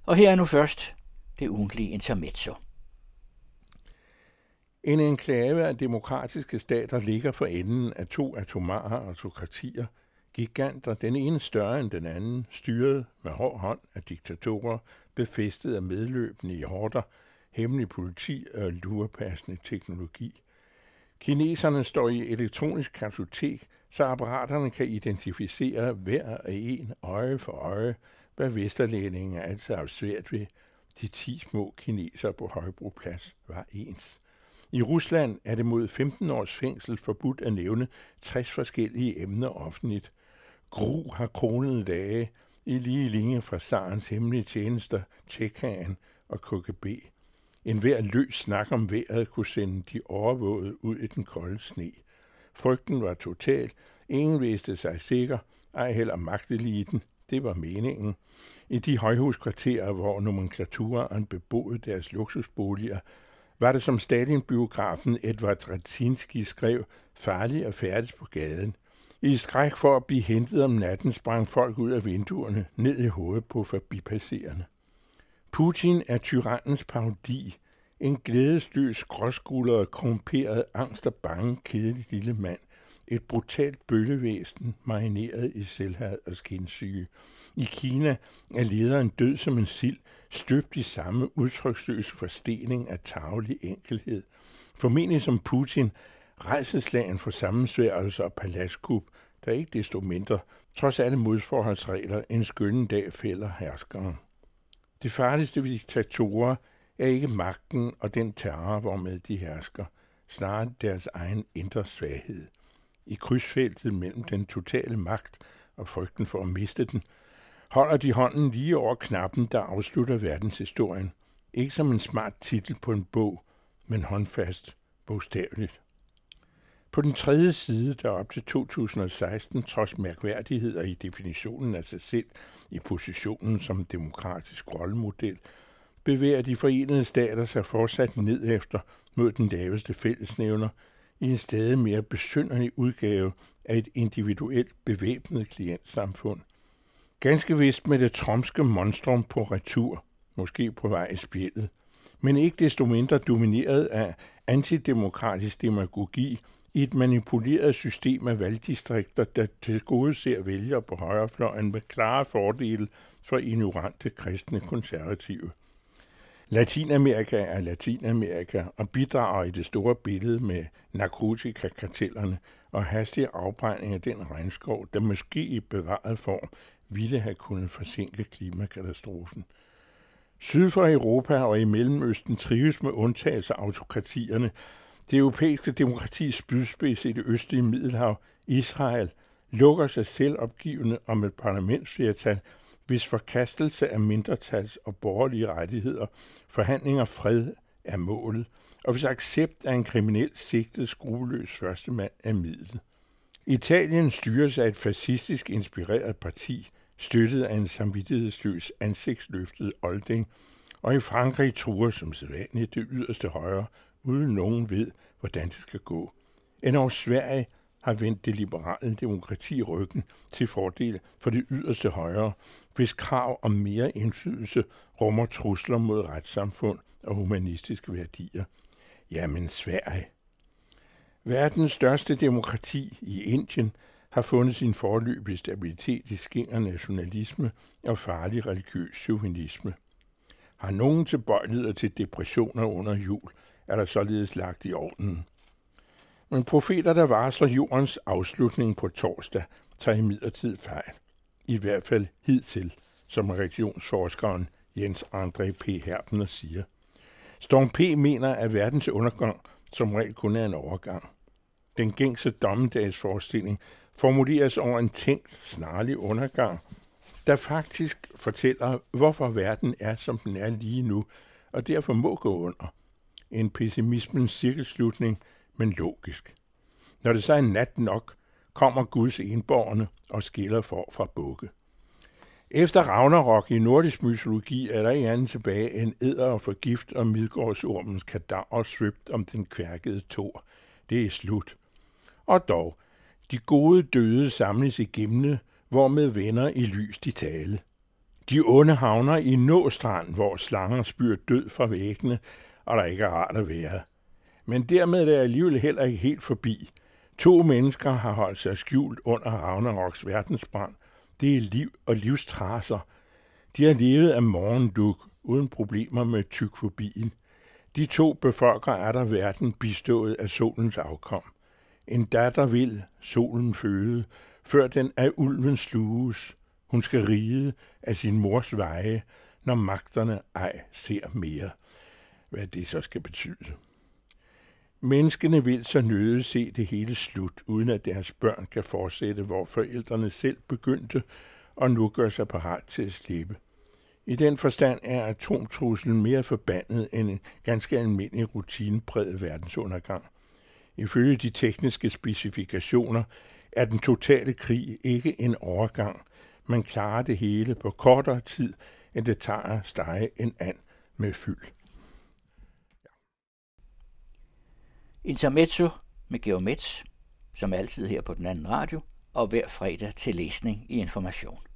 Og her er nu først det ugentlige intermezzo. En enklave af demokratiske stater ligger for enden af to atomare autokratier, giganter, den ene større end den anden, styret med hård hånd af diktatorer, befæstet af medløbende i horder, hemmelig politi og lurepassende teknologi. Kineserne står i elektronisk kartotek, så apparaterne kan identificere hver af en øje for øje, hvad Vesterlændingen altid har svært ved. De 10 små kinesere på Højbroplads var ens. I Rusland er det mod 15 års fængsel forbudt at nævne 60 forskellige emner offentligt. Gru har kronede dage i lige linje fra zarens hemmelige tjenester, Tjekkaen og KGB. En hver løs snak om vejret kunne sende de overvågede ud i den kolde sne. Frygten var total. Ingen vidste sig sikker, ej heller magteliten. Det var meningen. I de højhuskvarterer, hvor nomenklaturen beboede deres luksusboliger, var det som Stalin-biografen Edvard Radzinski skrev, farligt at færdes på gaden. I skræk for at blive hentet om natten sprang folk ud af vinduerne, ned i hovedet på forbipasserende. Putin er tyrannens parodi, en glædesløs, gråskuldret, korrumperet, angst og bange, kedelig lille mand. Et brutalt bøllevæsen, marineret i selvhad og skinsyge. I Kina er lederen død som en sild, støbt i samme udtryksløse forstening af tarvelig enkelhed. Formentlig som Putin, rædselsslagen for sammensværgelser og paladskup, der ikke desto mindre, trods alle modforholdsregler, en skønne dag fælder herskeren. Det farligste ved diktatorer er ikke magten og den terror, hvormed de hersker, snarere deres egen indre svaghed. I krydsfeltet mellem den totale magt og frygten for at miste den, holder de hånden lige over knappen, der afslutter verdenshistorien. Ikke som en smart titel på en bog, men håndfast, bogstaveligt. På den tredje side, der op til 2016, trods mærkværdigheder i definitionen af sig selv i positionen som demokratisk rollemodel, bevæger de forenede stater sig fortsat ned efter mod den laveste fællesnævner i en stadig mere besynderlig udgave af et individuelt bevæbnet klientsamfund. Ganske vist med det tromske monstrum på retur, måske på vej i spjældet, men ikke desto mindre domineret af antidemokratisk demagogi i et manipuleret system af valgdistrikter, der tilgodeser vælgere på højrefløjen med klare fordele for ignorante kristne konservative. Latinamerika er Latinamerika og bidrager i det store billede med narkotikakartellerne og hastig afbrænding af den regnskov, der måske i bevaret form ville have kunnet forsinke klimakatastrofen. Syd for Europa og i Mellemøsten trives med undtagelse af autokratierne. Det europæiske demokratis spydspids i det østlige Middelhav, Israel, lukker sig selv opgivende om et parlamentsflertal, hvis forkastelse af mindretals- og borgerlige rettigheder, forhandlinger fred er målet, og hvis accept af en kriminelt sigtet skrupelløs førstemand er midlet. Italien styres af et fascistisk inspireret parti, støttet af en samvittighedsløs ansigtsløftet olding, og i Frankrig truer som sædvanligt det yderste højre, uden nogen ved, hvordan det skal gå. Endnu Sverige har vendt det liberale demokrati ryggen til fordel for det yderste højre, hvis krav om mere indflydelse rummer trusler mod retssamfund og humanistiske værdier. Jamen Sverige. Verdens største demokrati i Indien har fundet sin foreløbige stabilitet i skinger nationalisme og farlig religiøs chauvinisme. Har nogen tilbøjeligheder til depressioner under jul, er der således lagt i ordenen. Men profeter, der varsler jordens afslutning på torsdag, tager imidlertid fejl. I hvert fald hidtil, som religionsforskeren Jens André P. Herbner siger. Storm P. mener, at verdens undergang som regel kun er en overgang. Den gængse dommedagsforestilling formuleres over en tænkt, snarlig undergang, der faktisk fortæller, hvorfor verden er, som den er lige nu, og derfor må gå under. En pessimismens cirkelslutning, men logisk. Når det så er nat nok, kommer Guds enborgerne og skiller for fra bukke. Efter Ragnarok i nordisk mytologi er der ikke andet tilbage end edder og forgift og Midgårdsormens kadaver svøbt om den kværkede Thor. Det er slut. Og dog, de gode døde samles i Gimle, hvormed venner i lys de tale. De onde havner i Nåstrand, hvor slanger spyr død fra væggene, og der ikke er rart at være. Men dermed er det alligevel heller ikke helt forbi. 2 mennesker har holdt sig skjult under Ragnaroks verdensbrand. Det er liv og livstrasser. De har levet af morgendug, uden problemer med tykfobien. De 2 befolker er der verden bistået af solens afkom. En datter vil solen føde, før den af ulven sluges. Hun skal ride af sin mors veje, når magterne ej ser mere. Hvad det så skal betyde. Menneskene vil så nøde se det hele slut, uden at deres børn kan fortsætte, hvor forældrene selv begyndte og nu gør sig parat til at slippe. I den forstand er atomtruslen mere forbandet end en ganske almindelig rutinepræget verdensundergang. Ifølge de tekniske specifikationer er den totale krig ikke en overgang. Man klarer det hele på kortere tid, end det tager at stege en and med fyld. Intermezzo med Georg Metz, som altid her på den anden radio, og hver fredag til læsning i Information.